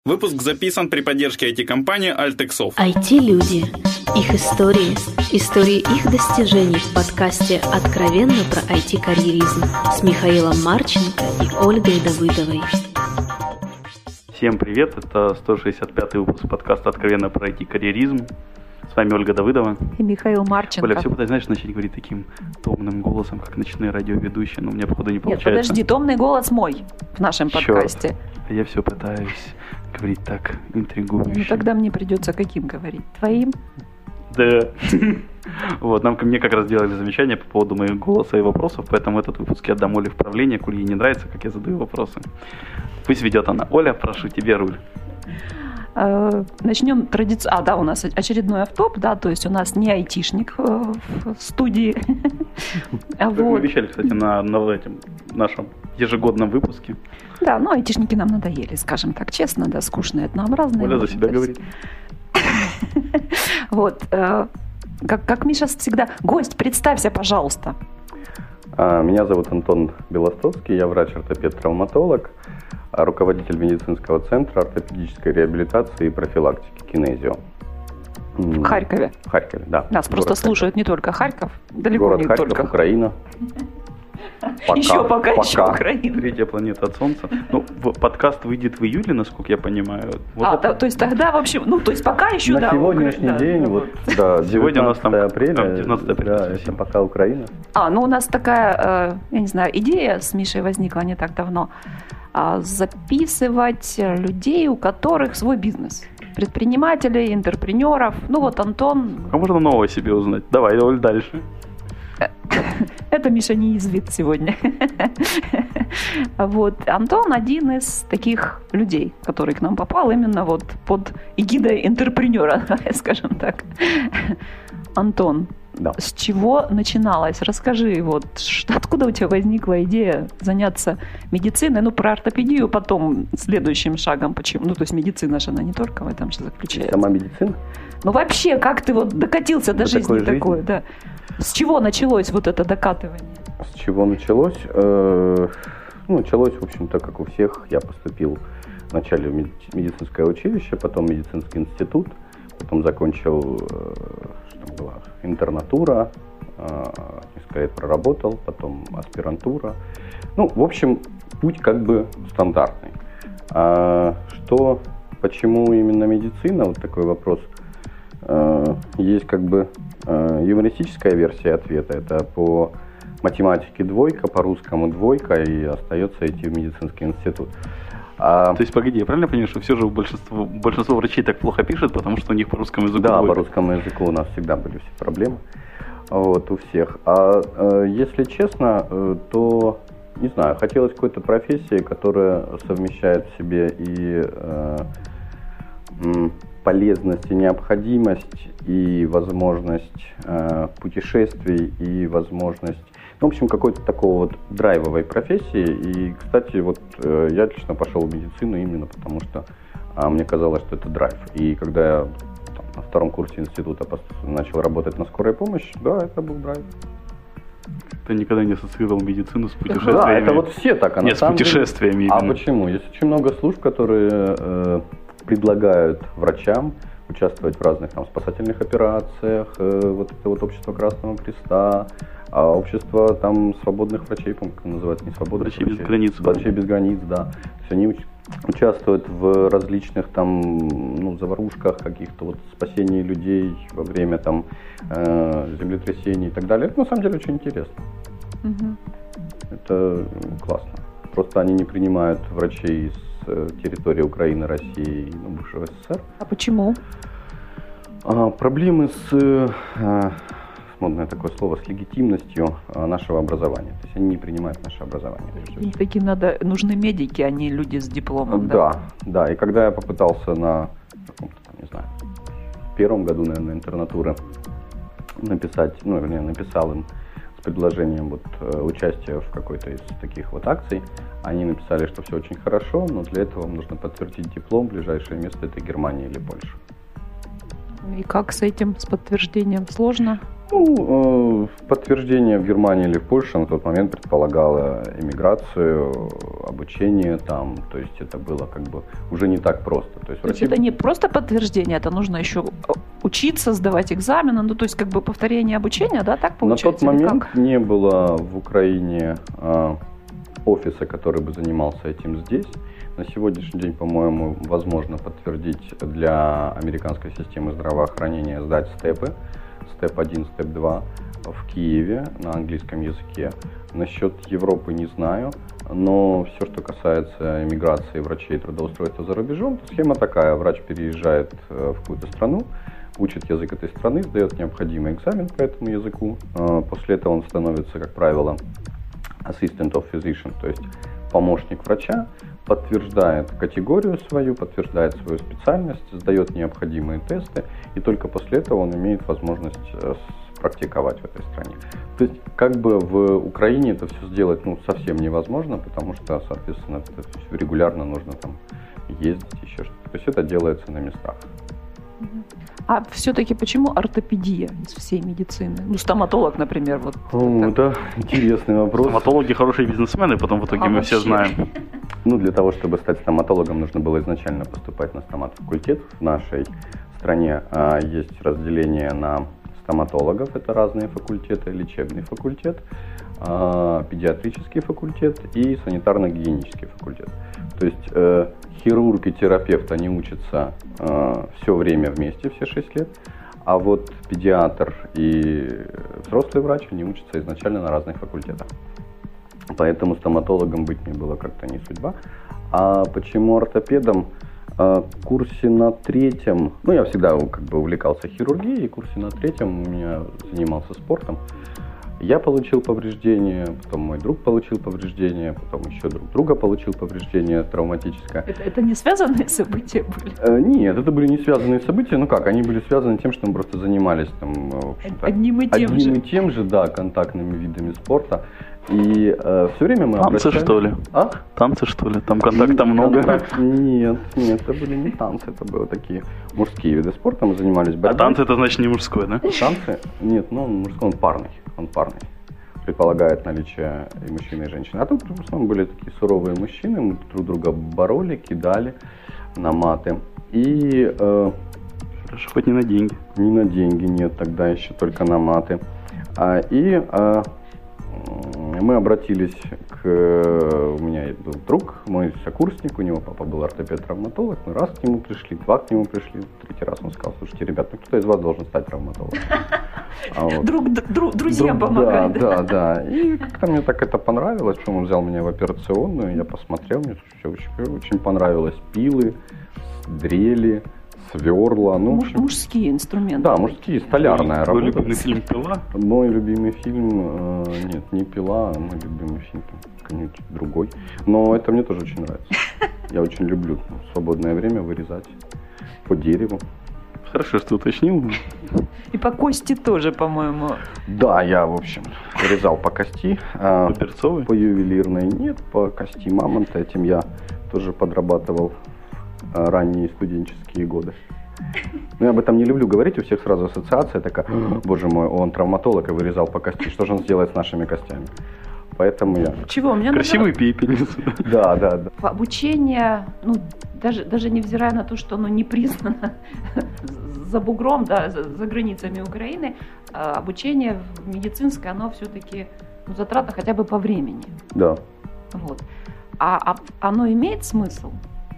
Выпуск записан при поддержке IT-компании Altexov. IT-люди. Их истории. Истории их достижений в подкасте «Откровенно про IT-карьеризм» с Михаилом Марченко и Ольгой Давыдовой. Всем привет, это 165-й выпуск подкаста «Откровенно про IT-карьеризм». С вами Ольга Давыдова. И Михаил Марченко. Оля, все пытаюсь, знаешь, начать говорить таким томным голосом, как ночные радиоведущие, но у меня, походу, не получается. Нет, подожди, томный голос мой в нашем подкасте. Я все пытаюсь говорить так интригующе. Ну тогда мне придется каким говорить? Твоим? Да. Вот, мне как раз делали замечания по поводу моего голоса и вопросов, поэтому этот выпуск я отдам Оле в правление, коль ей не нравится, как я задаю вопросы. Пусть ведет она. Оля, прошу, тебе руль. Начнем традиционно. Да, у нас очередной автоп, да, то есть у нас не айтишник в студии. Мы обещали, кстати, на нашем ежегодном выпуске. Да, но айтишники нам надоели, скажем так честно, да, скучные, однообразные. Оля за себя говорит. Вот, как Миша всегда. Гость, представься, пожалуйста. Меня зовут Антон Белостовский, я врач-ортопед-травматолог, руководитель медицинского центра ортопедической реабилитации и профилактики «Кинезио». В Харькове? В Харькове, да. Нас просто слушают не только Харьков, далеко город не Харьков, только Украина. Пока Украина. Третья планета от Солнца. Ну, подкаст выйдет в июле, насколько я понимаю. Вот то есть тогда вообще, то есть пока еще, на сегодняшний день, сегодня у нас там 19 апреля, это пока Украина. У нас такая, я не знаю, идея с Мишей возникла не так давно, записывать людей, у которых свой бизнес. Предпринимателей, интерпренеров. Ну вот Антон... А можно новое себе узнать? Давай, Оль, дальше. Это Миша не извит сегодня. Вот. Антон один из таких людей, который к нам попал именно вот под эгидой интерпренера, скажем так. Антон, да. С чего начиналось? Расскажи, откуда у тебя возникла идея заняться медициной? Про ортопедию потом следующим шагом. Почему? То есть медицина же, она не только в этом же заключается. Сама медицина? Вообще, как ты докатился до жизни такой, да? С чего началось это докатывание? С чего началось? Началось, в общем-то, как у всех. Я поступил вначале в медицинское училище, потом в медицинский институт, потом закончил, интернатура, несколько лет проработал, потом аспирантура. В общем, путь как бы стандартный. Почему именно медицина? Такой вопрос. Есть как бы юмористическая версия ответа. Это по математике двойка, по русскому двойка, и остается идти в медицинский институт. То есть, погоди, я правильно понимаю, что все же большинство врачей так плохо пишут, потому что у них по русскому языку Да, двойка? По русскому языку у нас всегда были все проблемы. У всех. Если честно, то, не знаю, хотелось какой-то профессии, которая совмещает в себе и полезность, и необходимость, и возможность путешествий, и возможность, в общем, какой-то такой драйвовой профессии. И, кстати, я лично пошел в медицину именно потому, что мне казалось, что это драйв. И когда я на втором курсе института начал работать на скорой помощи, да, это был драйв. Ты никогда не ассоциировал медицину с путешествиями? Да, это все так. Нет, с путешествиями именно. А почему? Есть очень много служб, которые предлагают врачам участвовать в разных спасательных операциях, это общество Красного Креста, общество свободных врачей, по-моему, как называется, не свободных врачей без границ. Врачей без границ, да. То есть они участвуют в различных заварушках, каких-то спасении людей во время землетрясений и так далее. Это на самом деле очень интересно. Угу. Это классно. Просто они не принимают врачей с территории Украины, России и бывшего СССР. А почему? Проблемы с, модное такое слово, с легитимностью нашего образования. То есть они не принимают наше образование. Таким нужны медики, а не люди с дипломом, Да. И когда я попытался на первом году, наверное, интернатуры написал им с предложением участия в какой-то из таких акций, они написали, что все очень хорошо, но для этого вам нужно подтвердить диплом, ближайшее место это Германия или Польша. И как с этим, с подтверждением? Сложно? Подтверждение в Германии или в Польше на тот момент предполагало эмиграцию, обучение там, то есть это было как бы уже не так просто. То есть это не просто подтверждение, это нужно еще учиться, сдавать экзамены, ну то есть как бы повторение обучения, да, так получается? На тот момент не было в Украине офиса, который бы занимался этим здесь. На сегодняшний день, по-моему, возможно подтвердить для американской системы здравоохранения сдать степы. Степ 1, степ 2 в Киеве на английском языке. Насчет Европы не знаю, но все, что касается эмиграции врачей и трудоустройства за рубежом, то схема такая. Врач переезжает в какую-то страну, учит язык этой страны, сдает необходимый экзамен по этому языку. После этого он становится, как правило, assistant of physician, то есть помощник врача, подтверждает категорию свою, подтверждает свою специальность, сдает необходимые тесты, и только после этого он имеет возможность практиковать в этой стране. То есть, как бы в Украине это все сделать совсем невозможно, потому что, соответственно, это все регулярно нужно там ездить, еще что-то. То есть это делается на местах. А все-таки почему ортопедия из всей медицины? Ну, стоматолог, например. Вот. Это интересный вопрос. Стоматологи хорошие бизнесмены, потом в итоге мы все знаем. Для того, чтобы стать стоматологом, нужно было изначально поступать на стомат-факультет. В нашей стране есть разделение на стоматологов, это разные факультеты, лечебный факультет, педиатрический факультет и санитарно-гигиенический факультет. То есть хирург и терапевт, они учатся все время вместе, все 6 лет, а вот педиатр и взрослый врач, они учатся изначально на разных факультетах. Поэтому стоматологом быть мне было как-то не судьба. А почему ортопедом? В курсе на 3-м, я всегда как бы увлекался хирургией, в курсе на 3-м у меня занимался спортом. Я получил повреждение, потом мой друг получил повреждение, потом еще друг друга получил повреждение травматическое. Это не связанные события были? Нет, это были не связанные события. Они были связаны тем, что мы просто занимались там, одним и тем же, да, контактными видами спорта. И все время мы обращались... Танцы, что ли? А? Танцы, что ли? Там контакта много? Нет, это были не танцы, это были такие мужские виды спорта, мы занимались борьбой. А танцы это значит не мужской, да? Танцы? Нет, мужской, он парный. Предполагает наличие и мужчины, и женщины. А тут в основном были такие суровые мужчины, мы друг друга бороли, кидали на маты. И... Хорошо, хоть не на деньги. Не на деньги, нет, тогда еще только на маты. Мы обратились у меня был друг, мой сокурсник, у него папа был ортопед-травматолог, мы раз к нему пришли, 2 к нему пришли, 3-й раз он сказал: слушайте, ребят, кто-то из вас должен стать травматологом. Друзьям помогать. Да. И как-то мне так это понравилось, что он взял меня в операционную, я посмотрел, мне все очень понравилось. Пилы, дрели, сверла. Мужские инструменты. Да, мужские, столярная работа. Твой любимый фильм «Пила»? Мой любимый фильм, нет, не «Пила», а мой любимый фильм какой-нибудь другой. Но это мне тоже очень нравится. Я очень люблю в свободное время вырезать по дереву. Хорошо, что уточнил. И по кости тоже, по-моему. Да, я, в общем, вырезал по кости. По перцовой? По ювелирной нет, по кости мамонта. Этим я тоже подрабатывал ранние студенческие годы. Я об этом не люблю говорить, у всех сразу ассоциация такая: боже мой, он травматолог и вырезал по кости, что же он сделает с нашими костями? Поэтому я... Чего? Мне красивый пепельниц. Да. Обучение, даже невзирая на то, что оно не признано за бугром, да, за границами Украины, обучение медицинское, оно все-таки затратно хотя бы по времени. Да. Вот. А оно имеет смысл?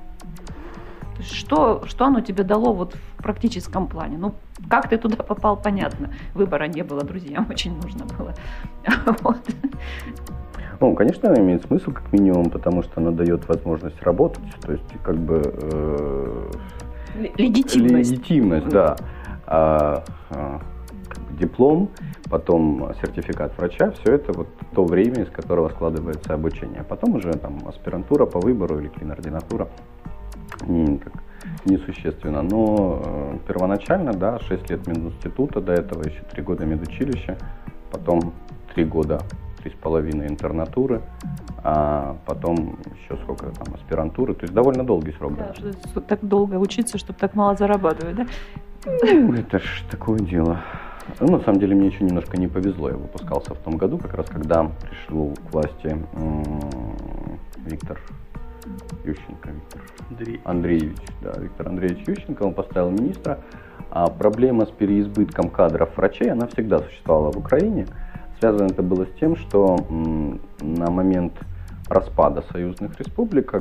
Что оно тебе дало вот в практическом плане? Как ты туда попал, понятно. Выбора не было, друзьям очень нужно было. Вот. Конечно, оно имеет смысл, как минимум, потому что оно дает возможность работать. То есть, как бы... Легитимность. Легитимность, да. Диплом, потом сертификат врача, все это вот то время, из которого складывается обучение. Потом уже там аспирантура по выбору или клинординатура. Несущественно, но первоначально, да, 6 лет мединститута, до этого еще 3 года медучилища, потом 3 года, 3,5 интернатуры, а потом еще сколько там аспирантуры, то есть довольно долгий срок. Да, что так долго учиться, чтобы так мало зарабатывать, да? Это ж такое дело. Ну, на самом деле, мне еще немножко не повезло. Я выпускался в том году, как раз когда пришел к власти Виктор Ющенко. Виктор Андреевич Ющенко. Он поставил министра. А проблема с переизбытком кадров врачей, она всегда существовала в Украине. Связано это было с тем, что на момент распада союзных республик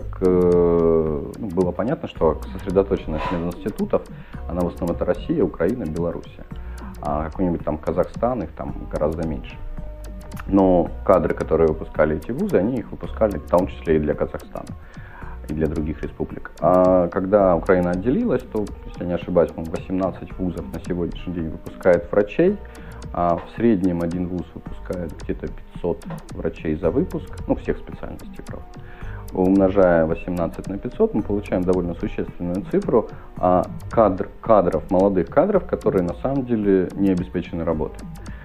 было понятно, что сосредоточенность мединститутов, она в основном это Россия, Украина, Белоруссия. А какой-нибудь там Казахстан, их там гораздо меньше. Но кадры, которые выпускали эти вузы, они их выпускали в том числе и для Казахстана, и для других республик. А когда Украина отделилась, то, если я не ошибаюсь, 18 вузов на сегодняшний день выпускает врачей, а в среднем один вуз выпускает где-то 500 врачей за выпуск, всех специальностей, правда. Умножая 18 на 500, мы получаем довольно существенную цифру молодых кадров, которые на самом деле не обеспечены работой.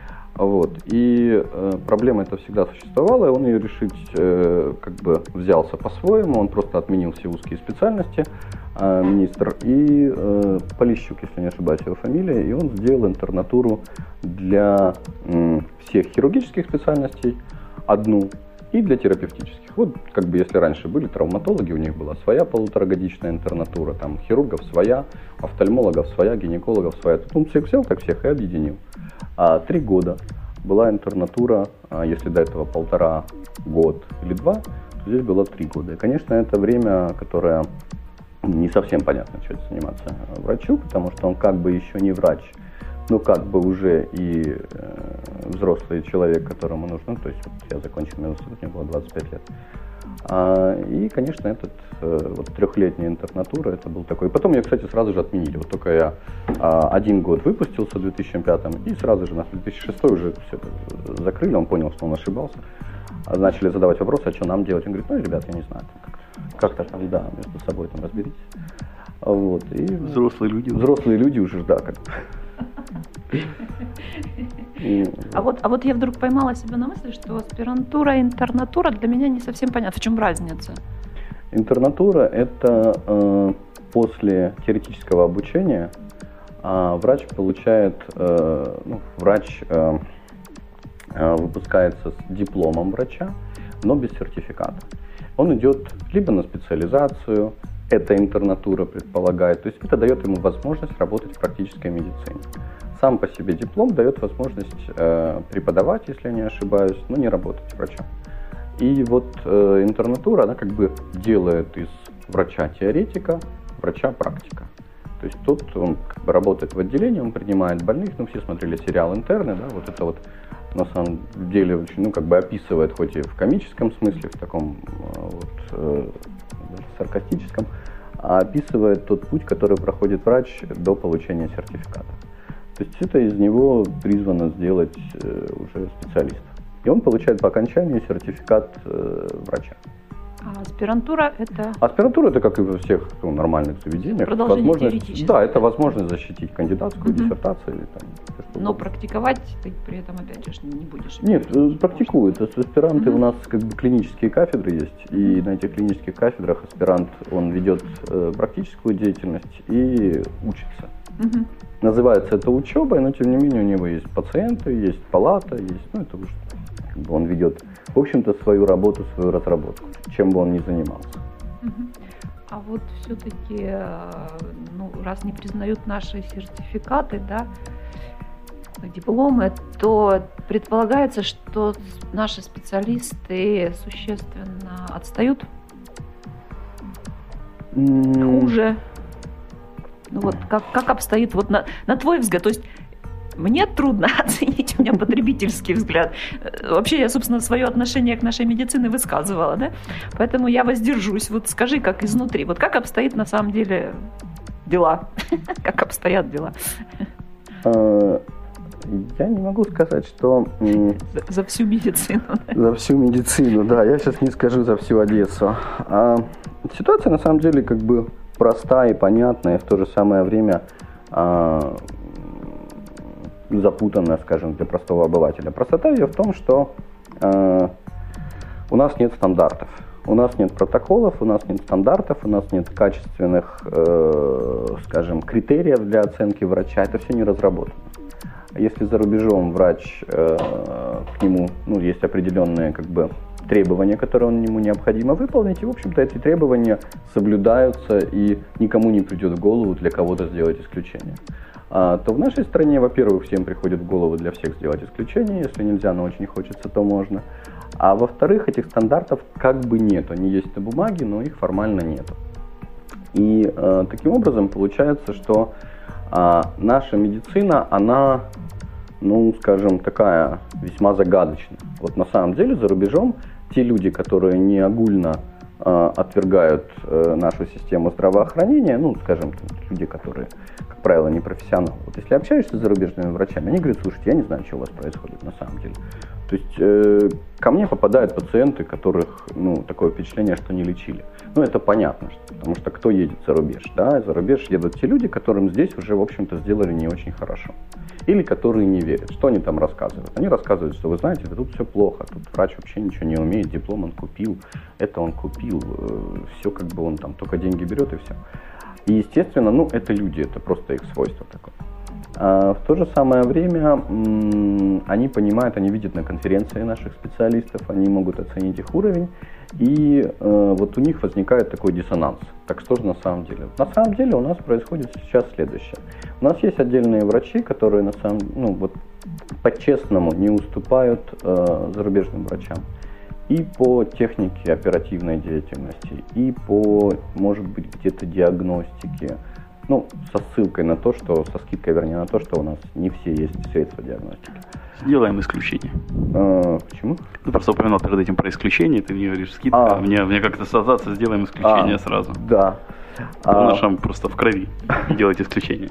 И проблема эта всегда существовала, и он ее решить взялся по-своему, он просто отменил все узкие специальности, министр, и Полищук, если не ошибаюсь его фамилия, и он сделал интернатуру для всех хирургических специальностей, одну, и для терапевтических. Если раньше были травматологи, у них была своя полуторагодичная интернатура, там хирургов своя, офтальмологов своя, гинекологов своя. Тут он всех взял, так всех и объединил. 3 года была интернатура, если до этого 1,5 год или 2, то здесь было 3 года. И, конечно, это время, которое не совсем понятно, что это заниматься врачу, потому что он еще не врач, но уже и взрослый человек, которому нужно, то есть я закончил мединститут, мне было 25 лет. И, конечно, этот 3-летняя интернатура, это был такой. Потом ее, кстати, сразу же отменили. Только я 1 год выпустился в 2005 и сразу же на 2006 уже все это закрыли, он понял, что он ошибался. Начали задавать вопросы, а что нам делать? Он говорит, ребят, я не знаю, как-то там, между собой там разберитесь. И взрослые люди уже, А вот я вдруг поймала себя на мысли, что аспирантура и интернатура для меня не совсем понятно. В чем разница? Интернатура – это после теоретического обучения врач получает, врач выпускается с дипломом врача, но без сертификата. Он идет либо на специализацию, эта интернатура предполагает, то есть это дает ему возможность работать в практической медицине. Сам по себе диплом дает возможность преподавать, если я не ошибаюсь, но не работать врачом. И интернатура, она делает из врача-теоретика врача-практика. То есть тут он работает в отделении, он принимает больных, все смотрели сериал «Интерны», это на самом деле очень, описывает, хоть и в комическом смысле, в таком саркастическом, а описывает тот путь, который проходит врач до получения сертификата. То есть это из него призвано сделать уже специалиста. И он получает по окончании сертификат врача. А аспирантура это? Аспирантура это, как и во всех нормальных заведениях. Продолжение теоретического. Да, это возможность защитить кандидатскую диссертацию. Но практиковать ты при этом, опять же, не будешь? Нет, практикуют. Аспиранты у нас клинические кафедры есть. И на этих клинических кафедрах аспирант, он ведет практическую деятельность и учится. Называется это учебой, но тем не менее у него есть пациенты, есть палата, есть, это уже он ведет, в общем-то, свою работу, свою разработку, чем бы он ни занимался. А все-таки, раз не признают наши сертификаты, дипломы, то предполагается, что наши специалисты существенно отстают, хуже. Как обстоит на твой взгляд? То есть мне трудно оценить, у меня потребительский взгляд. Вообще я, собственно, свое отношение к нашей медицине высказывала, Поэтому я воздержусь. Скажи, как изнутри. Как обстоит на самом деле дела? Как обстоят дела? Я не могу сказать, что... За всю медицину. За всю медицину, да. Я сейчас не скажу за всю Одессу. Ситуация на самом деле проста и понятная, и в то же самое время запутанная, скажем, для простого обывателя. Простота ее в том, что у нас нет стандартов, у нас нет протоколов, у нас нет стандартов, у нас нет качественных, скажем, критериев для оценки врача. Это все не разработано. Если за рубежом врач, к нему есть определенные требования, которые ему необходимо выполнить, и, в общем-то, эти требования соблюдаются, и никому не придет в голову для кого-то сделать исключение. То в нашей стране, во-первых, всем приходит в голову для всех сделать исключение, если нельзя, но очень хочется, то можно. А во-вторых, этих стандартов нет, они есть на бумаге, но их формально нет. И таким образом получается, что наша медицина, она, скажем, такая весьма загадочная. Вот на самом деле за рубежом те люди, которые не огульно отвергают нашу систему здравоохранения, скажем, люди, которые, как правило, не профессионалы. Вот если общаешься с зарубежными врачами, они говорят: слушайте, я не знаю, что у вас происходит на самом деле. То есть ко мне попадают пациенты, которых, такое впечатление, что не лечили. Это понятно, потому что кто едет за рубеж? Да? За рубеж едут те люди, которым здесь уже, в общем-то, сделали не очень хорошо. Или которые не верят. Что они там рассказывают? Они рассказывают, что, вы знаете, да тут все плохо, тут врач вообще ничего не умеет, диплом он купил, это он купил, все он там только деньги берет и все. И, естественно, это люди, это просто их свойство такое. А в то же самое время они понимают, они видят на конференции наших специалистов, они могут оценить их уровень, и вот у них возникает такой диссонанс. Так что же на самом деле? На самом деле у нас происходит сейчас следующее. У нас есть отдельные врачи, которые по-честному не уступают зарубежным врачам. И по технике оперативной деятельности, и по, может быть, где-то диагностике. Со ссылкой на то, что, со скидкой, вернее, на то, что у нас не все есть средства диагностики. Сделаем исключение. Почему? Просто упоминал перед этим про исключение, ты мне говоришь скидка, мне как-то ассоциация, сделаем исключение сразу. Да. В нашем просто в крови делать исключение.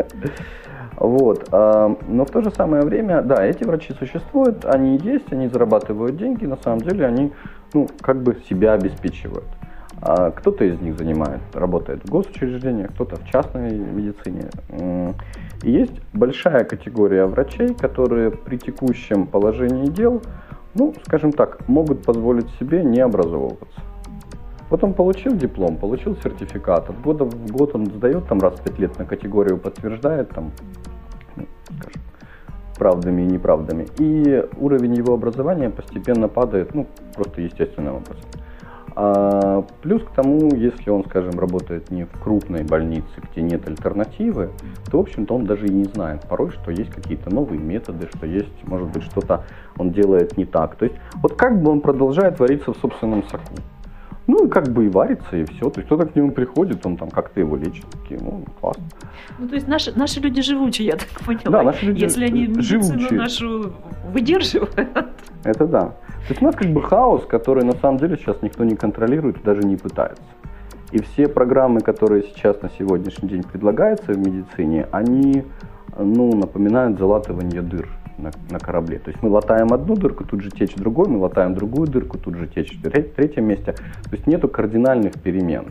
Вот. Но в то же самое время, да, эти врачи существуют, они есть, они зарабатывают деньги, на самом деле они, себя обеспечивают. Кто-то из них работает в госучреждениях, кто-то в частной медицине. И есть большая категория врачей, которые при текущем положении дел, скажем так, могут позволить себе не образовываться. Вот он получил диплом, получил сертификат, от года в год он сдает, раз в 5 лет на категорию подтверждает, скажем, правдами и неправдами. И уровень его образования постепенно падает, просто естественным образом. Плюс к тому, если он, скажем, работает не в крупной больнице, где нет альтернативы, то, в общем-то, он даже и не знает порой, что есть какие-то новые методы, что есть, может быть, что-то он делает не так. То есть, вот он продолжает вариться в собственном соку. И варится, и все. То есть, кто-то к нему приходит, он как-то его лечит. Такие, классно. То есть, наши люди живучие, я так поняла. Да, наши люди если они медицину нашу выдерживают. Это да. То есть у нас хаос, который на самом деле сейчас никто не контролирует и даже не пытается. И все программы, которые сейчас на сегодняшний день предлагаются в медицине, они напоминают залатывание дыр на корабле. То есть мы латаем одну дырку, тут же течь другой, мы латаем другую дырку, тут же течь в третьем месте. То есть нету кардинальных перемен.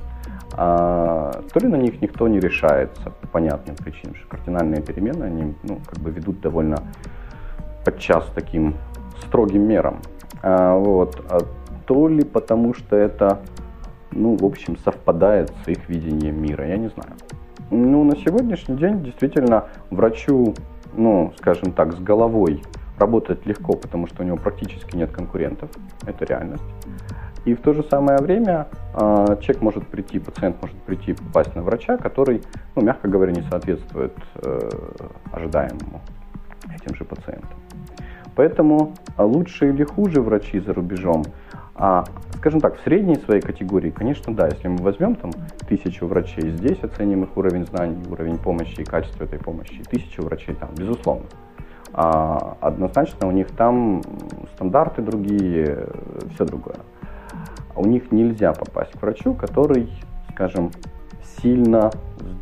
То ли на них никто не решается по понятным причинам, что кардинальные перемены, они ведут довольно подчас таким строгим мерам. То ли потому, что это, в общем, совпадает с их видением мира, я не знаю. На сегодняшний день действительно врачу, скажем так, с головой работать легко, потому что у него практически нет конкурентов, это реальность. И в то же самое время пациент может прийти, попасть на врача, который, мягко говоря, не соответствует ожидаемому этим же пациентам. Поэтому лучше или хуже врачи за рубежом, скажем так, в средней своей категории, конечно, да, если мы возьмем 1000 врачей, здесь оценим их уровень знаний, уровень помощи и качество этой помощи, 1000 врачей там, безусловно. Однозначно у них там стандарты другие, все другое. У них нельзя попасть к врачу, который, скажем, сильно,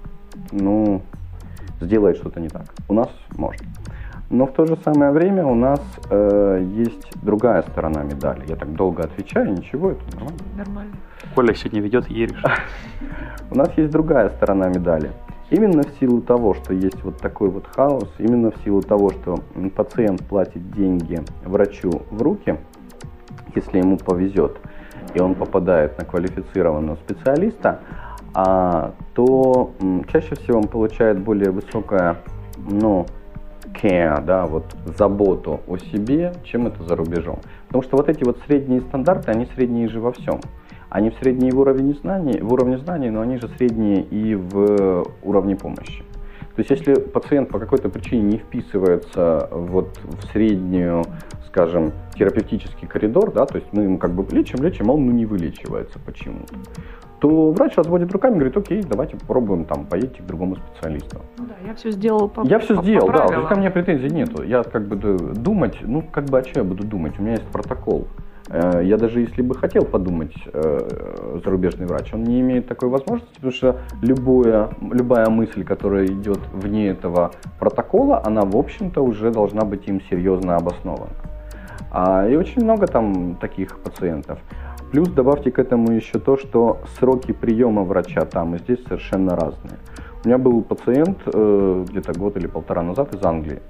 сделает что-то не так. У нас можно. Но в то же самое время у нас есть другая сторона медали. Я так долго отвечаю, ничего, это нормально. Нормально. Коля сегодня ведет, еришь. У нас есть другая сторона медали. Именно в силу того, что есть вот такой вот хаос, именно в силу того, что пациент платит деньги врачу в руки, если ему повезет, и он попадает на квалифицированного специалиста, то чаще всего он получает более высокое, care, да, вот заботу о себе, чем это за рубежом. Потому что вот эти вот средние стандарты, они средние же во всем. Они средние в уровне знаний, но они же средние и в уровне помощи. То есть если пациент по какой-то причине не вписывается вот в среднюю, скажем, терапевтический коридор, да, то есть мы ему как бы лечим, а он не вылечивается почему-то, то врач разводит руками и говорит: окей, давайте попробуем, там, поедете к другому специалисту. Ну да, я все сделал по Я все сделал, по да, правилам. ко мне претензий нету. Я как бы думать, ну как бы о чем я буду думать, у меня есть протокол. Я даже если бы хотел подумать, зарубежный врач, он не имеет такой возможности, потому что любая мысль, которая идет вне этого протокола, она, в общем-то, уже должна быть им серьезно обоснована. И очень много там таких пациентов. Плюс добавьте к этому еще то, что сроки приема врача там и здесь совершенно разные. У меня был пациент где-то год или полтора назад из Англии.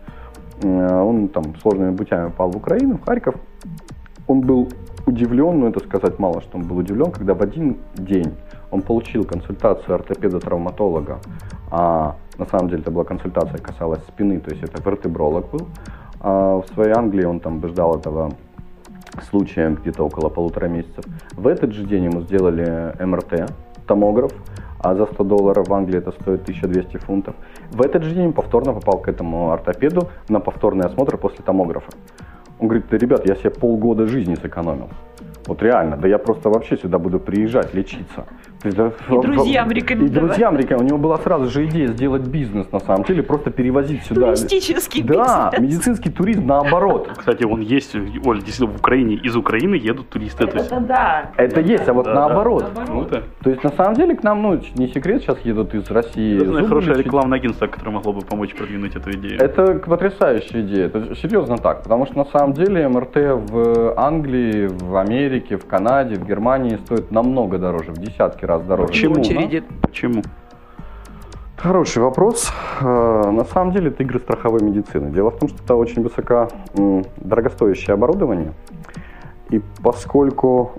Он там сложными путями попал в Украину, в Харьков. Он был удивлен, это сказать мало, что он был удивлен, когда в один день он получил консультацию ортопеда-травматолога, а на самом деле это была консультация, касалась спины, то есть это вертебролог был. В своей Англии он там ждал этого случая где-то около 1,5 месяцев. В этот же день ему сделали МРТ, томограф, а за $100 в Англии это стоит 1200 фунтов. В этот же день он повторно попал к этому ортопеду на повторный осмотр после томографа. Он говорит: да, ребят, я себе полгода жизни сэкономил. Вот реально, да я просто вообще сюда буду приезжать, лечиться. И друзьям рекомендовать. И друзьям рекомендовать. У него была сразу же идея сделать бизнес, на самом деле, просто перевозить сюда. Туристический бизнес. Да, медицинский туризм наоборот. Кстати, он есть, Оль, действительно, в Украине, из Украины едут туристы. Это да. Это есть, а вот Да, наоборот. Круто. То есть, на самом деле, к нам, не секрет, сейчас едут из России. Это хорошее рекламное агентство, которое могло бы помочь продвинуть эту идею. Это потрясающая идея, это серьезно так, потому что на самом деле МРТ в Англии, в Америке, в Канаде, в Германии стоит намного дороже, в десятки раз дороже. Почему? Очереди. Почему? Хороший вопрос. На самом деле это игры страховой медицины. Дело в том, что это очень дорогостоящее оборудование, и поскольку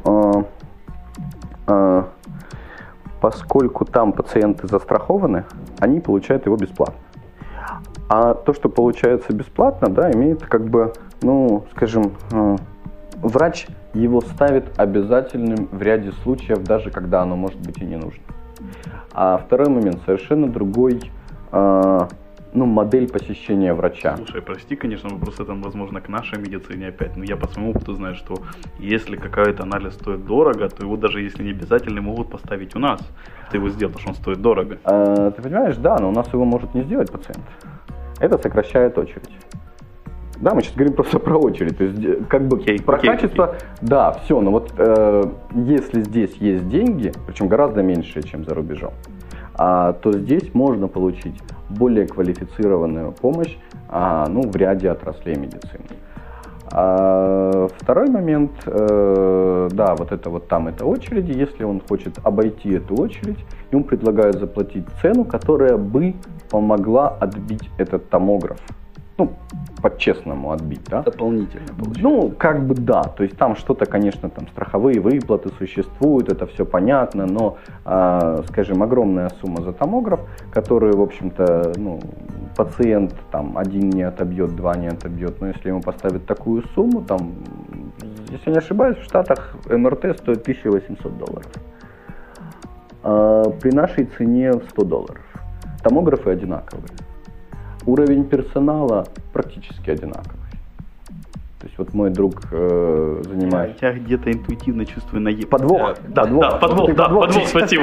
там пациенты застрахованы, они получают его бесплатно. А то, что получается бесплатно, да, имеет как бы, скажем, врач его ставит обязательным в ряде случаев, даже когда оно может быть и не нужно. А второй момент, совершенно другой, модель посещения врача. Слушай, прости, конечно, вопрос это, возможно, к нашей медицине опять, но я по своему опыту знаю, что если какой-то анализ стоит дорого, то его даже если не обязательно могут поставить у нас. Ты его сделал, потому что он стоит дорого. Ты понимаешь, да, но у нас его может не сделать пациент. Это сокращает очередь. Да, мы сейчас говорим просто про очередь, то есть как бы про качество, да, все, но вот если здесь есть деньги, причем гораздо меньше, чем за рубежом, то здесь можно получить более квалифицированную помощь, в ряде отраслей медицины. Второй момент, да, вот это вот там это очереди, если он хочет обойти эту очередь, ему предлагают заплатить цену, которая бы помогла отбить этот томограф. По-честному отбить, да? Дополнительно получается. Как бы да, то есть там что-то, конечно, там страховые выплаты существуют, это все понятно, но, скажем, огромная сумма за томограф, которую, в общем-то, пациент там один не отобьет, два не отобьет, но если ему поставят такую сумму, там, если не ошибаюсь, в Штатах МРТ стоит $1800. При нашей цене $100. Томографы одинаковые. Уровень персонала практически одинаковый. То есть вот мой друг занимается... Я где-то интуитивно чувствую Подвох. Подвох, спасибо.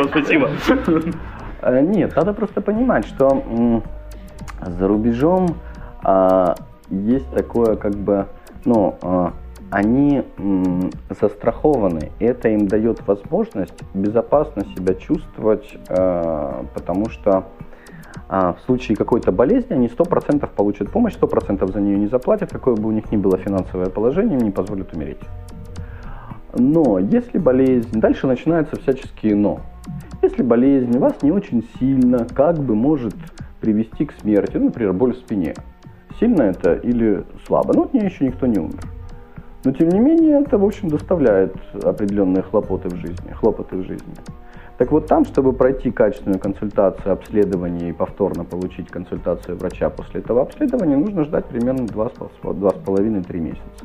Нет, надо просто понимать, что за рубежом есть такое как бы, они застрахованы, и это им дает возможность безопасно себя чувствовать, потому что в случае какой-то болезни они 100% получат помощь, 100% за нее не заплатят, какое бы у них ни было финансовое положение, им не позволят умереть. Но если болезнь, дальше начинаются всяческие «но». Если болезнь вас не очень сильно, как бы может привести к смерти, например, боль в спине. Сильно это или слабо? От нее еще никто не умер. Но тем не менее это, в общем, доставляет определенные хлопоты в жизни. Так вот там, чтобы пройти качественную консультацию, обследование и повторно получить консультацию врача после этого обследования, нужно ждать примерно 2,5-3 месяца.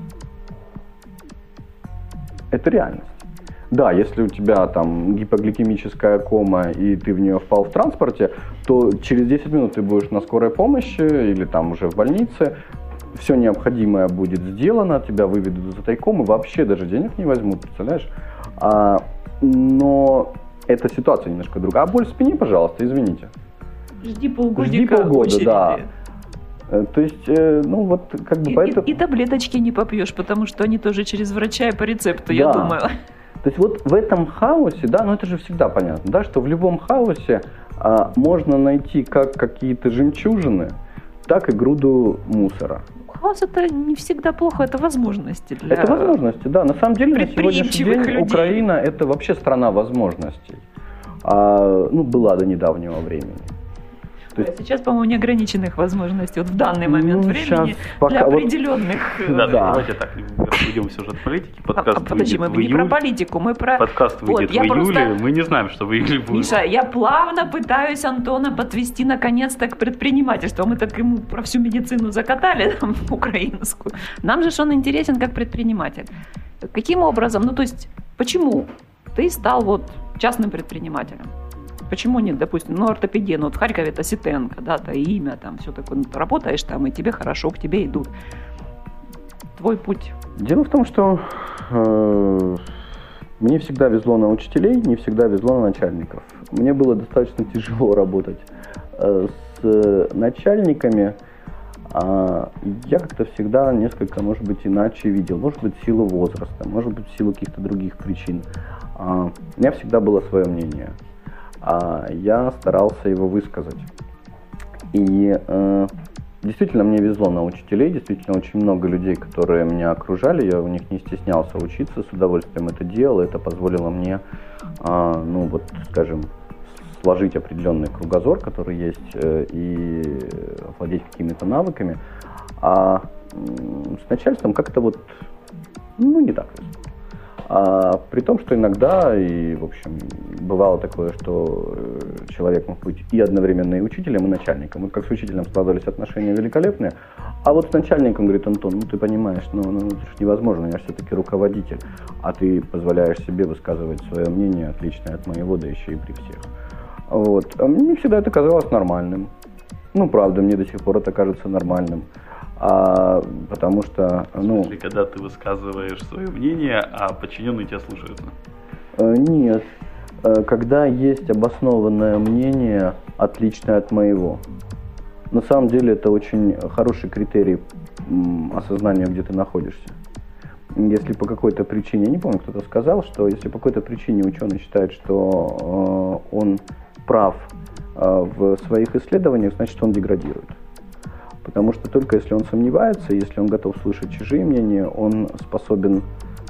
Это реальность. Да, если у тебя там гипогликемическая кома и ты в нее впал в транспорте, то через 10 минут ты будешь на скорой помощи или там уже в больнице. Все необходимое будет сделано, тебя выведут из этой комы, вообще даже денег не возьмут, представляешь? Но эта ситуация немножко другая. А боль в спине, пожалуйста, извините. Жди полгода, очереди. Да. То есть, ну вот как бы поэтому... И таблеточки не попьешь, потому что они тоже через врача и по рецепту, я думаю. То есть вот в этом хаосе, да, ну это же всегда понятно, да, что в любом хаосе можно найти как какие-то жемчужины, так и груду мусора. Хаос это не всегда плохо, это возможности. Это возможности, да. На самом деле на сегодняшний день людей. Украина это вообще страна возможностей. Ну, была до недавнего времени. То есть... Сейчас, по-моему, неограниченных возможностей вот в данный момент времени для определенных... Да, давайте так, уйдем все же от политики. Подкаст подожди, мы не про политику, мы про... Подкаст выйдет в июле, мы не знаем, что в июле будет. Миша, я плавно пытаюсь Антона подвести наконец-то к предпринимательству. Мы так ему про всю медицину закатали, там, украинскую. Нам же он интересен как предприниматель. Каким образом, ну то есть, почему ты стал вот частным предпринимателем? Почему нет, допустим, ну, ортопедия, ну, вот в Харькове это Ситенко, да, то имя, там, все такое, ну, ты работаешь там, и тебе хорошо, к тебе идут. Твой путь. Дело в том, что мне всегда везло на учителей, не всегда везло на начальников. Мне было достаточно тяжело работать с начальниками. Я как-то всегда несколько, может быть, иначе видел. Может быть, в силу возраста, может быть, в силу каких-то других причин. У меня всегда было свое мнение. Я старался его высказать. И действительно мне везло на учителей, действительно очень много людей, которые меня окружали, я у них не стеснялся учиться, с удовольствием это делал, это позволило мне, ну вот, скажем, сложить определенный кругозор, который есть, и владеть какими-то навыками. А с начальством как-то вот, ну, не так везло. При том, что иногда, и, в общем, бывало такое, что человек мог быть и одновременно и учителем, и начальником. Вот как с учителем складывались отношения великолепные, а вот с начальником, говорит, Антон, ну ты понимаешь, ну это же невозможно, я же все-таки руководитель, а ты позволяешь себе высказывать свое мнение, отличное от моего, да еще и при всех. Вот. А мне всегда это казалось нормальным. Ну, правда, мне до сих пор это кажется нормальным. Потому что, ну... Смысле, когда ты высказываешь свое мнение, а подчиненные тебя слушаются? Нет. Когда есть обоснованное мнение, отличное от моего. На самом деле это очень хороший критерий осознания, где ты находишься. Если по какой-то причине, я не помню, кто-то сказал, что если по какой-то причине ученый считает, что он прав в своих исследованиях, значит он деградирует. Потому что только если он сомневается, если он готов слышать чужие мнения, он способен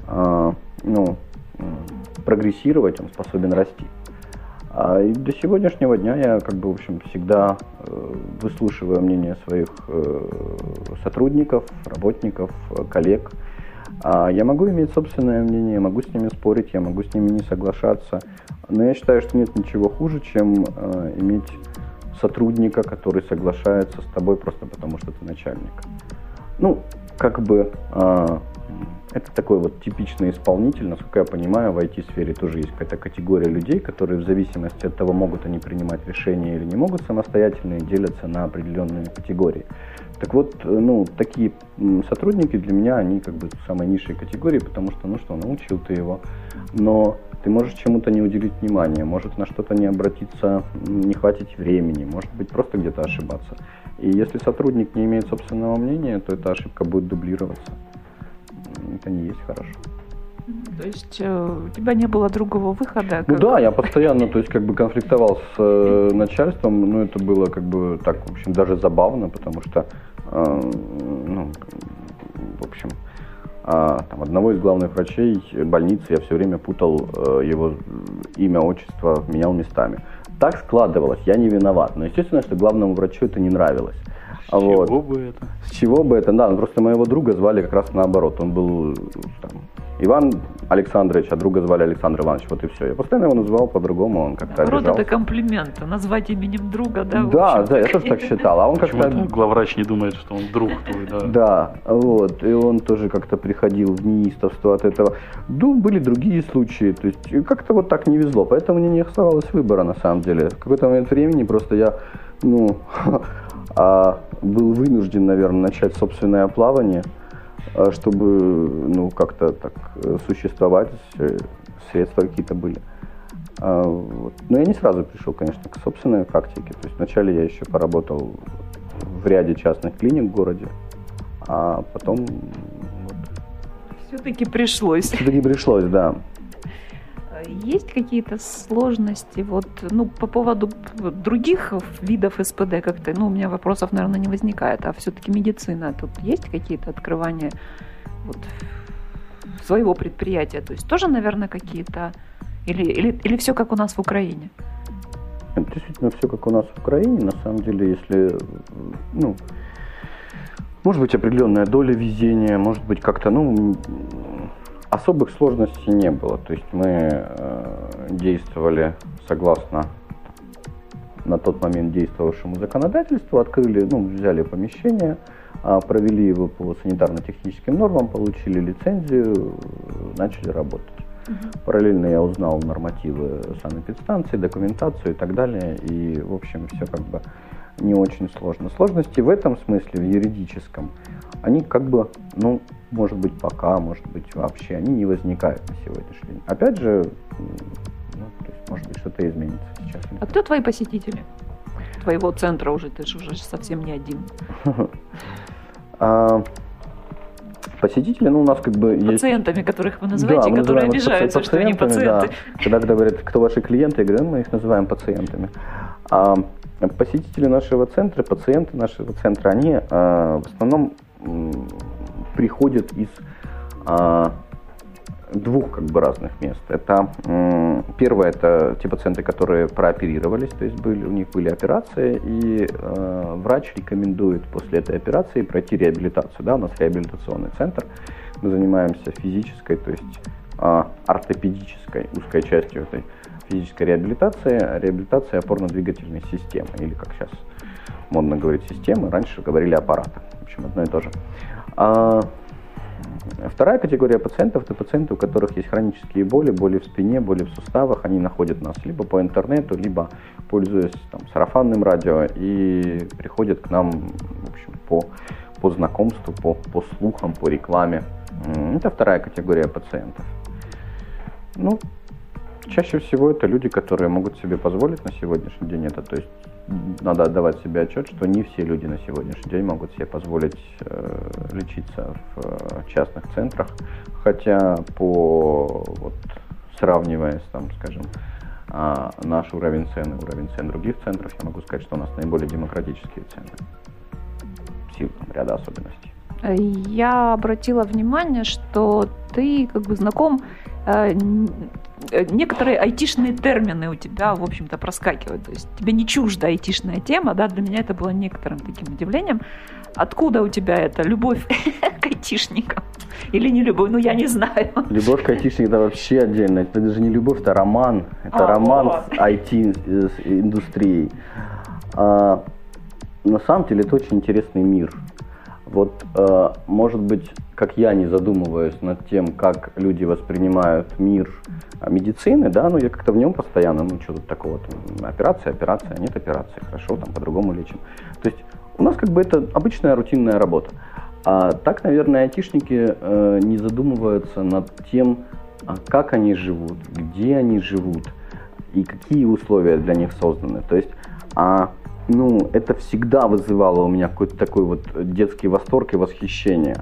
прогрессировать, он способен расти. И до сегодняшнего дня я, как бы, в общем, всегда выслушиваю мнение своих сотрудников, работников, коллег. Я могу иметь собственное мнение, я могу с ними спорить, я могу с ними не соглашаться, но я считаю, что нет ничего хуже, чем иметь сотрудника, который соглашается с тобой просто потому, что ты начальник. Ну, как бы, это такой вот типичный исполнитель. Насколько я понимаю, в IT-сфере тоже есть какая-то категория людей, которые в зависимости от того, могут они принимать решения или не могут самостоятельно, делятся на определенные категории. Так вот, ну, такие сотрудники для меня, они как бы самой низшей категории, потому что, ну что, научил ты его, но ты можешь чему-то не уделить внимания, может на что-то не обратиться, не хватить времени, может быть просто где-то ошибаться. И если сотрудник не имеет собственного мнения, то эта ошибка будет дублироваться. Это не есть хорошо. То есть у тебя не было другого выхода? Ну да, я постоянно, то есть как бы конфликтовал с начальством, но это было как бы так, в общем, даже забавно, потому что, ну, в общем, там, одного из главных врачей больницы я все время путал его имя, отчество, менял местами. Так складывалось, я не виноват, но естественно, что главному врачу это не нравилось. С чего бы это? С чего бы это? Да, просто моего друга звали как раз наоборот. Он был там Иван Александрович, а друга звали Александр Иванович, вот и все. Я постоянно его называл по-другому, он как-то Наоборот, обижался. это комплимент, назвать именем друга, да? Да, я тоже так считал. А он как-то... Главврач не думает, что он друг твой, да? Да, вот, и он тоже как-то приходил в неистовство от этого. Ну, были другие случаи, то есть как-то вот так не везло, поэтому мне не оставалось выбора на самом деле. В какой-то момент времени просто я, был вынужден, наверное, начать собственное плавание, чтобы, как-то так существовать, средства какие-то были. Вот. Но я не сразу пришел, конечно, к собственной практике. То есть вначале я еще поработал в ряде частных клиник в городе, а потом... Все-таки пришлось. Все-таки пришлось, да. Есть какие-то сложности по поводу других видов СПД как-то? У меня вопросов, наверное, не возникает. А все-таки медицина, тут есть какие-то открывания своего предприятия? То есть тоже, наверное, какие-то... Или все как у нас в Украине? Действительно, все как у нас в Украине. На самом деле, если... может быть, определенная доля везения, может быть, как-то... особых сложностей не было. То есть мы действовали согласно на тот момент действовавшему законодательству, открыли, взяли помещение, провели его по санитарно-техническим нормам, получили лицензию, начали работать. Параллельно я узнал нормативы санэпидстанции, документацию и так далее. И, в общем, все как бы не очень сложно. Сложности в этом смысле, в юридическом, они как бы, может быть, пока, может быть, вообще, они не возникают на сегодняшний день. Опять же, то есть, может быть, что-то изменится сейчас. А кто твои посетители? Твоего центра уже, ты же уже совсем не один. Посетители, у нас как бы есть... Пациентами, которых вы называете, да, которые обижаются, что они пациенты. Да. Когда говорят, кто ваши клиенты, я говорю, мы их называем пациентами. Посетители нашего центра, пациенты нашего центра, они в основном приходят из двух как бы разных мест. Это первое, это те пациенты, которые прооперировались, то есть у них были операции, и врач рекомендует после этой операции пройти реабилитацию. Да, у нас реабилитационный центр, мы занимаемся физической, то есть ортопедической узкой частью этой физической реабилитации опорно-двигательной системы, или как сейчас модно говорить системы, раньше говорили аппараты, в общем, одно и то же. Вторая категория пациентов – это пациенты, у которых есть хронические боли в спине, боли в суставах. Они находят нас либо по интернету, либо пользуясь сарафанным радио и приходят к нам, в общем, по знакомству, по слухам, по рекламе. Это вторая категория пациентов. Чаще всего это люди, которые могут себе позволить на сегодняшний день это. То есть надо отдавать себе отчет, что не все люди на сегодняшний день могут себе позволить лечиться в частных центрах, хотя сравнивая наш уровень цен и уровень цен других центров, я могу сказать, что у нас наиболее демократические цены в силу ряда особенностей. Я обратила внимание, что ты как бы знаком, некоторые айтишные термины у тебя, в общем-то, проскакивают. То есть тебе не чужда айтишная тема, да, для меня это было некоторым таким удивлением. Откуда у тебя это? Любовь к айтишникам? Или не любовь? Я не знаю. Любовь к айтишникам – это вообще отдельно. Это даже не любовь, это роман. Это роман с IT-индустрией. На самом деле это очень интересный мир. Может быть, как я не задумываюсь над тем, как люди воспринимают мир медицины, да, я как-то в нем постоянно, что тут такого, операция, нет операции, хорошо, по-другому лечим. То есть у нас как бы это обычная рутинная работа. А так, наверное, айтишники не задумываются над тем, как они живут, где они живут и какие условия для них созданы. То есть это всегда вызывало у меня какой-то такой детский восторг и восхищение.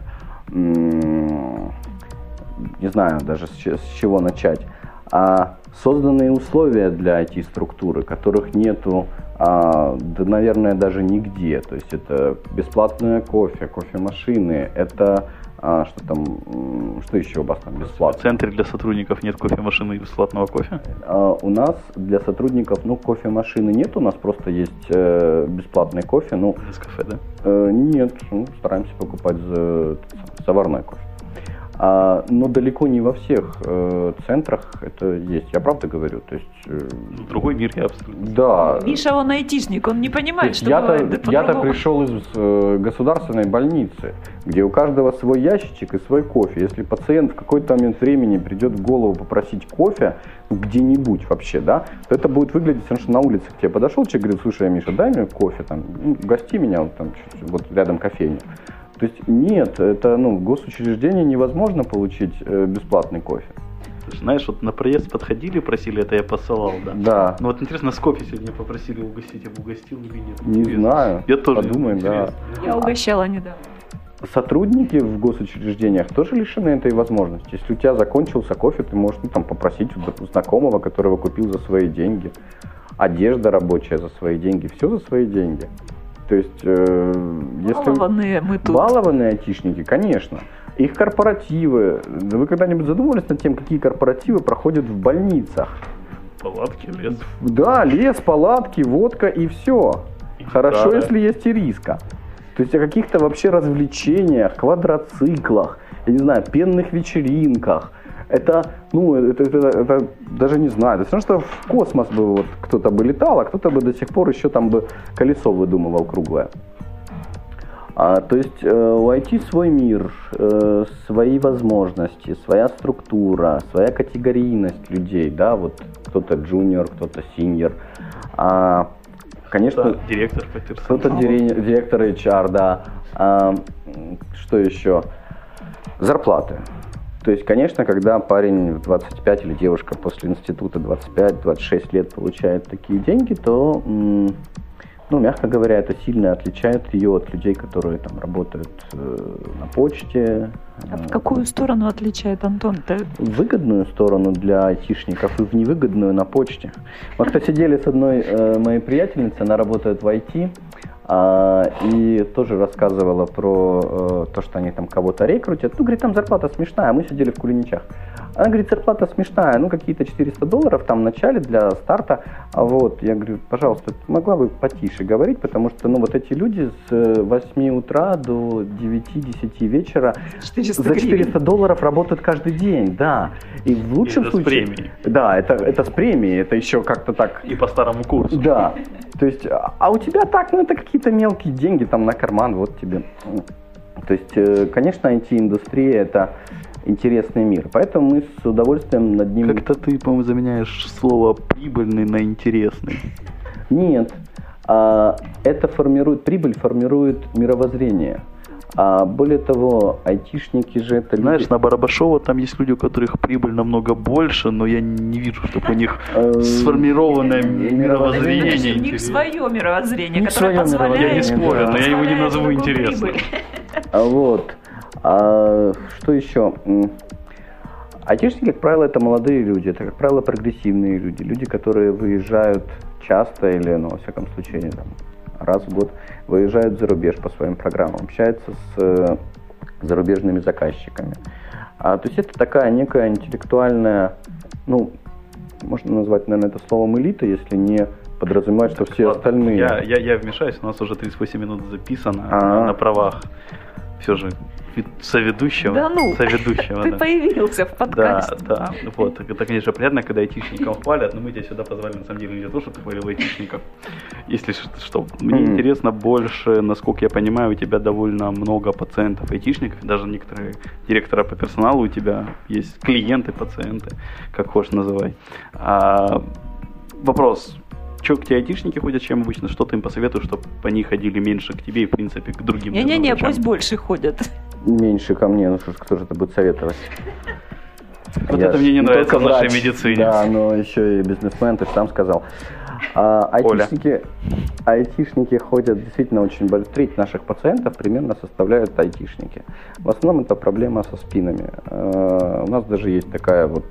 Не знаю даже с чего начать. Созданные условия для IT-структуры, которых нету, наверное, даже нигде. То есть это бесплатное кофемашины, это что еще у вас там бесплатно? В центре для сотрудников нет кофемашины и бесплатного кофе? У нас для сотрудников, кофемашины нет, у нас просто есть бесплатный кофе. Нескафе, да? Нет, стараемся покупать заварной кофе. Но далеко не во всех центрах это есть. Я правда говорю. То есть, другой мир, я абсолютно. Да. Миша, он айтишник, он не понимает, что я-то, бывает я-то пришел из государственной больницы, где у каждого свой ящичек и свой кофе. Если пациент в какой-то момент времени придет в голову попросить кофе где-нибудь вообще, да, то это будет выглядеть, что на улице к тебе подошел человек, говорит: слушай, Миша, дай мне кофе, там, угости меня, вот, там, вот рядом кофейня. То есть нет, это в госучреждении невозможно получить бесплатный кофе. Знаешь, вот на проезд подходили, просили, это я посылал, да? Да. Ну вот интересно, с кофе сегодня попросили угостить, я бы угостил или нет? Не знаю. Я тоже. Подумаем, да. Я угощала недавно. Сотрудники в госучреждениях тоже лишены этой возможности. Если у тебя закончился кофе, ты можешь попросить у знакомого, которого купил за свои деньги. Одежда рабочая за свои деньги, все за свои деньги. То есть, балованные мы тут. Балованные айтишники, конечно. Их корпоративы. Вы когда-нибудь задумывались над тем, какие корпоративы проходят в больницах? Палатки, лес. Да, лес, палатки, водка и все. Хорошо, если есть ириска. То есть о каких-то вообще развлечениях, квадроциклах, я не знаю, пенных вечеринках. Это даже не знаю. Это все равно, что в космос бы вот кто-то бы летал, а кто-то бы до сих пор еще там бы колесо выдумывал круглое. То есть у IT свой мир, свои возможности, своя структура, своя категорийность людей, да, вот кто-то джуниор, кто-то синьор. Конечно, кто-то директор по персоналу. Кто-то директор HR, да. Что еще? Зарплаты. То есть, конечно, когда парень в 25 или девушка после института 25-26 лет получает такие деньги, то, мягко говоря, это сильно отличает ее от людей, которые там работают на почте. А в какую сторону отличает, Антон-то? В выгодную сторону для айтишников и в невыгодную на почте. Мы как-то сидели с одной моей приятельницей, она работает в IT, и тоже рассказывала про то, что они там кого-то рекрутят. Говорит, там зарплата смешная, а мы сидели в Кулиничах. Она говорит, зарплата смешная, какие-то $400 там в начале для старта. Вот, я говорю, пожалуйста, могла бы потише говорить, потому что, вот эти люди с 8 утра до 9-10 вечера за $400 работают каждый день, да. И в лучшем случае... с премией. Да, это с премией, это еще как-то так... И по старому курсу. Да. То есть, а у тебя так, это какие-то мелкие деньги там на карман, вот тебе. То есть, конечно, IT-индустрия это интересный мир, поэтому мы с удовольствием над ним... Как-то ты, по-моему, заменяешь слово «прибыльный» на «интересный». Нет, прибыль формирует мировоззрение. А более того, айтишники же это люди... Знаешь, на Барабашова там есть люди, у которых прибыль намного больше, но я не вижу, чтобы у них сформированное мировоззрение. У них свое мировоззрение, которое позволяет... Я не спорю, но я его не назову интересным. Вот. Что еще? Айтишники, как правило, это молодые люди, это, как правило, прогрессивные люди, люди, которые выезжают часто или, во всяком случае, раз в год выезжают за рубеж по своим программам, общаются с зарубежными заказчиками. То есть это такая некая интеллектуальная, можно назвать, наверное, это словом элита, если не подразумевать, что все остальные... Я вмешаюсь, у нас уже 38 минут записано на правах. Все же соведущего. Да ты появился в подкасте. Да. Вот. Это, конечно, приятно, когда айтишников хвалят, но мы тебя сюда позвали, на самом деле, не за то, что ты хвалил айтишников. Если что, мне интересно больше, насколько я понимаю, у тебя довольно много пациентов айтишников, даже некоторые директора по персоналу у тебя есть клиенты, пациенты, как хочешь называй. Вопрос. Че к тебе айтишники ходят, чем обычно? Что ты им посоветуешь, чтобы они ходили меньше к тебе и, в принципе, к другим? Не-не-не, пусть больше ходят. Меньше ко мне, кто же это будет советовать? Вот это мне не нравится в нашей медицине. Да, но еще и бизнесмен, ты же сам сказал. Айтишники ходят действительно очень большой. Треть наших пациентов примерно составляют айтишники. В основном это проблема со спинами. У нас даже есть такая вот,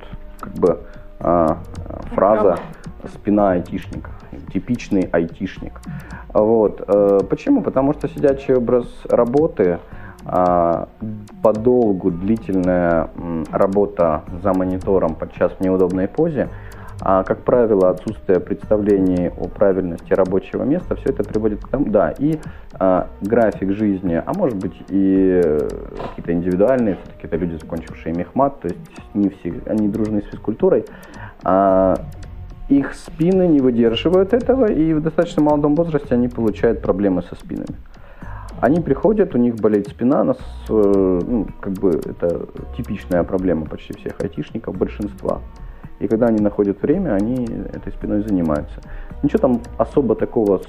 фраза «спина айтишника», типичный айтишник. Вот. Почему? Потому что сидячий образ работы, подолгу длительная работа за монитором подчас в неудобной позе, А, как правило, отсутствие представлений о правильности рабочего места, все это приводит к тому, да, и график жизни, а может быть и какие-то индивидуальные, все-таки это люди, закончившие мехмат, то есть не все, они дружны с физкультурой, их спины не выдерживают этого, и в достаточно молодом возрасте они получают проблемы со спинами. Они приходят, у них болит спина, как бы это типичная проблема почти всех айтишников, большинства. И когда они находят время, они этой спиной занимаются. Ничего там особо такого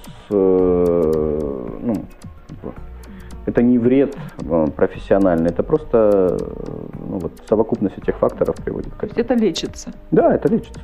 это не вред профессиональный, это просто совокупность этих факторов приводит к этому. То есть это лечится? Да, это лечится.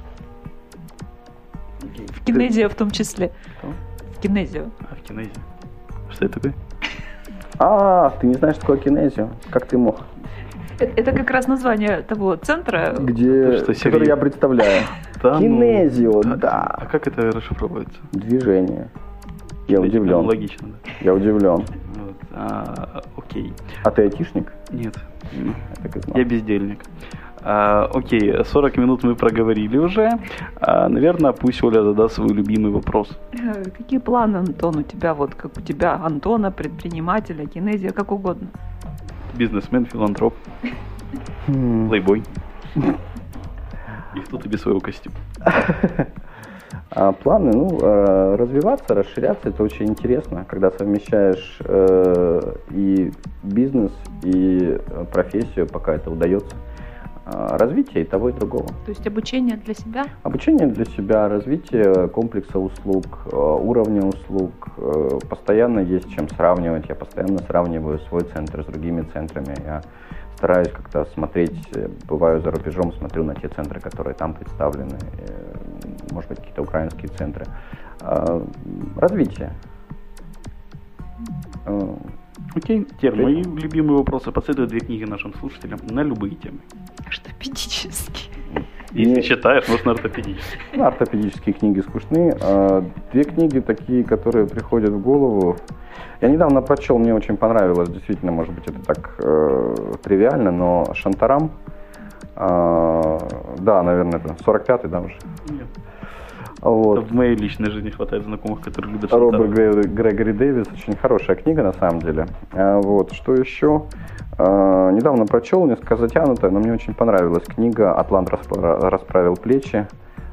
В кинезио в том числе. Что? В кинезио. В кинезио. Что это такое? Ты не знаешь, что такое кинезио? Как ты мог? Это как раз название того центра, который я представляю. Кинезио, да. А как это расшифровывается? Движение. Я удивлен. Логично, да. Я удивлен. Окей. А ты айтишник? Нет. Я бездельник. Окей, 40 минут мы проговорили уже. Наверное, пусть Оля задаст свой любимый вопрос. Какие планы, Антон, у тебя? Вот как у тебя, Антона, предпринимателя, кинезия, как угодно. Бизнесмен, филантроп, плейбой. И кто-то без своего костюма. Планы, развиваться, расширяться, это очень интересно, когда совмещаешь и бизнес, и профессию, пока это удается. Развитие и того, и другого. То есть обучение для себя? Обучение для себя, развитие комплекса услуг, уровня услуг. Постоянно есть чем сравнивать. Я постоянно сравниваю свой центр с другими центрами. Я стараюсь как-то смотреть, бываю за рубежом, смотрю на те центры, которые там представлены. Может быть, какие-то украинские центры. Развитие. Окей, теперь мои любимые вопросы. Посоветуй 2 книги нашим слушателям на любые темы. Ортопедические. Если считаешь, можно ортопедические. Ортопедические книги скучны. 2 книги такие, которые приходят в голову. Я недавно прочел, мне очень понравилось, действительно, может быть, это так тривиально, но Шантарам, да, наверное, это 45-й, да, уже? Нет. Вот. В моей личной жизни хватает знакомых, которые любят Шантарам. Роберт Грегори Дэвис, очень хорошая книга на самом деле. Вот, что еще? Недавно прочел, несколько затянутая, но мне очень понравилась книга «Атлант расправил плечи».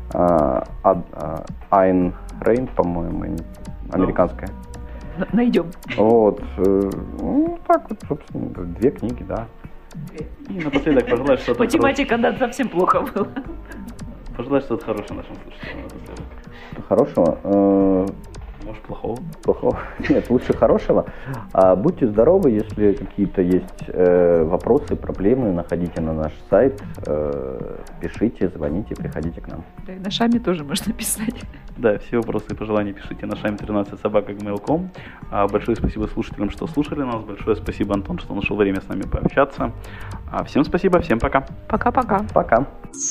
Айн Рэйнд, по-моему, американская. Найдем. Вот. Так вот, собственно, 2 книги, да. И напоследок пожелай что-то Математика, да, совсем плохо была. Пожелай что-то хорошее нашим слушателям. Хорошего? Может, плохого? Плохого? Нет, лучше хорошего. Будьте здоровы, если какие-то есть вопросы, проблемы, находите на наш сайт, пишите, звоните, приходите к нам. Да, и на Шаме тоже можно писать. Да, все вопросы и пожелания пишите на shame13@gmail.com. Большое спасибо слушателям, что слушали нас. Большое спасибо, Антон, что нашел время с нами пообщаться. Всем спасибо, всем пока. Пока-пока. Пока.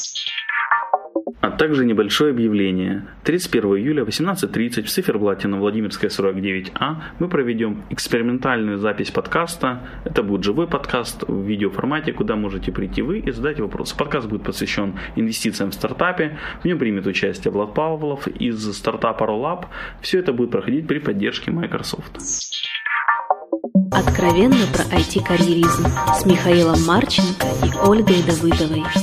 А также небольшое объявление. 31 июля в 18:30 в Циферблате на Владимирской 49А мы проведем экспериментальную запись подкаста. Это будет живой подкаст в видеоформате, куда можете прийти вы и задать вопросы. Подкаст будет посвящен инвестициям в стартапе. В нем примет участие Влад Павлов из стартапа Rollup. Все это будет проходить при поддержке Microsoft. Откровенно про IT-карьеризм с Михаилом Марченко и Ольгой Давыдовой.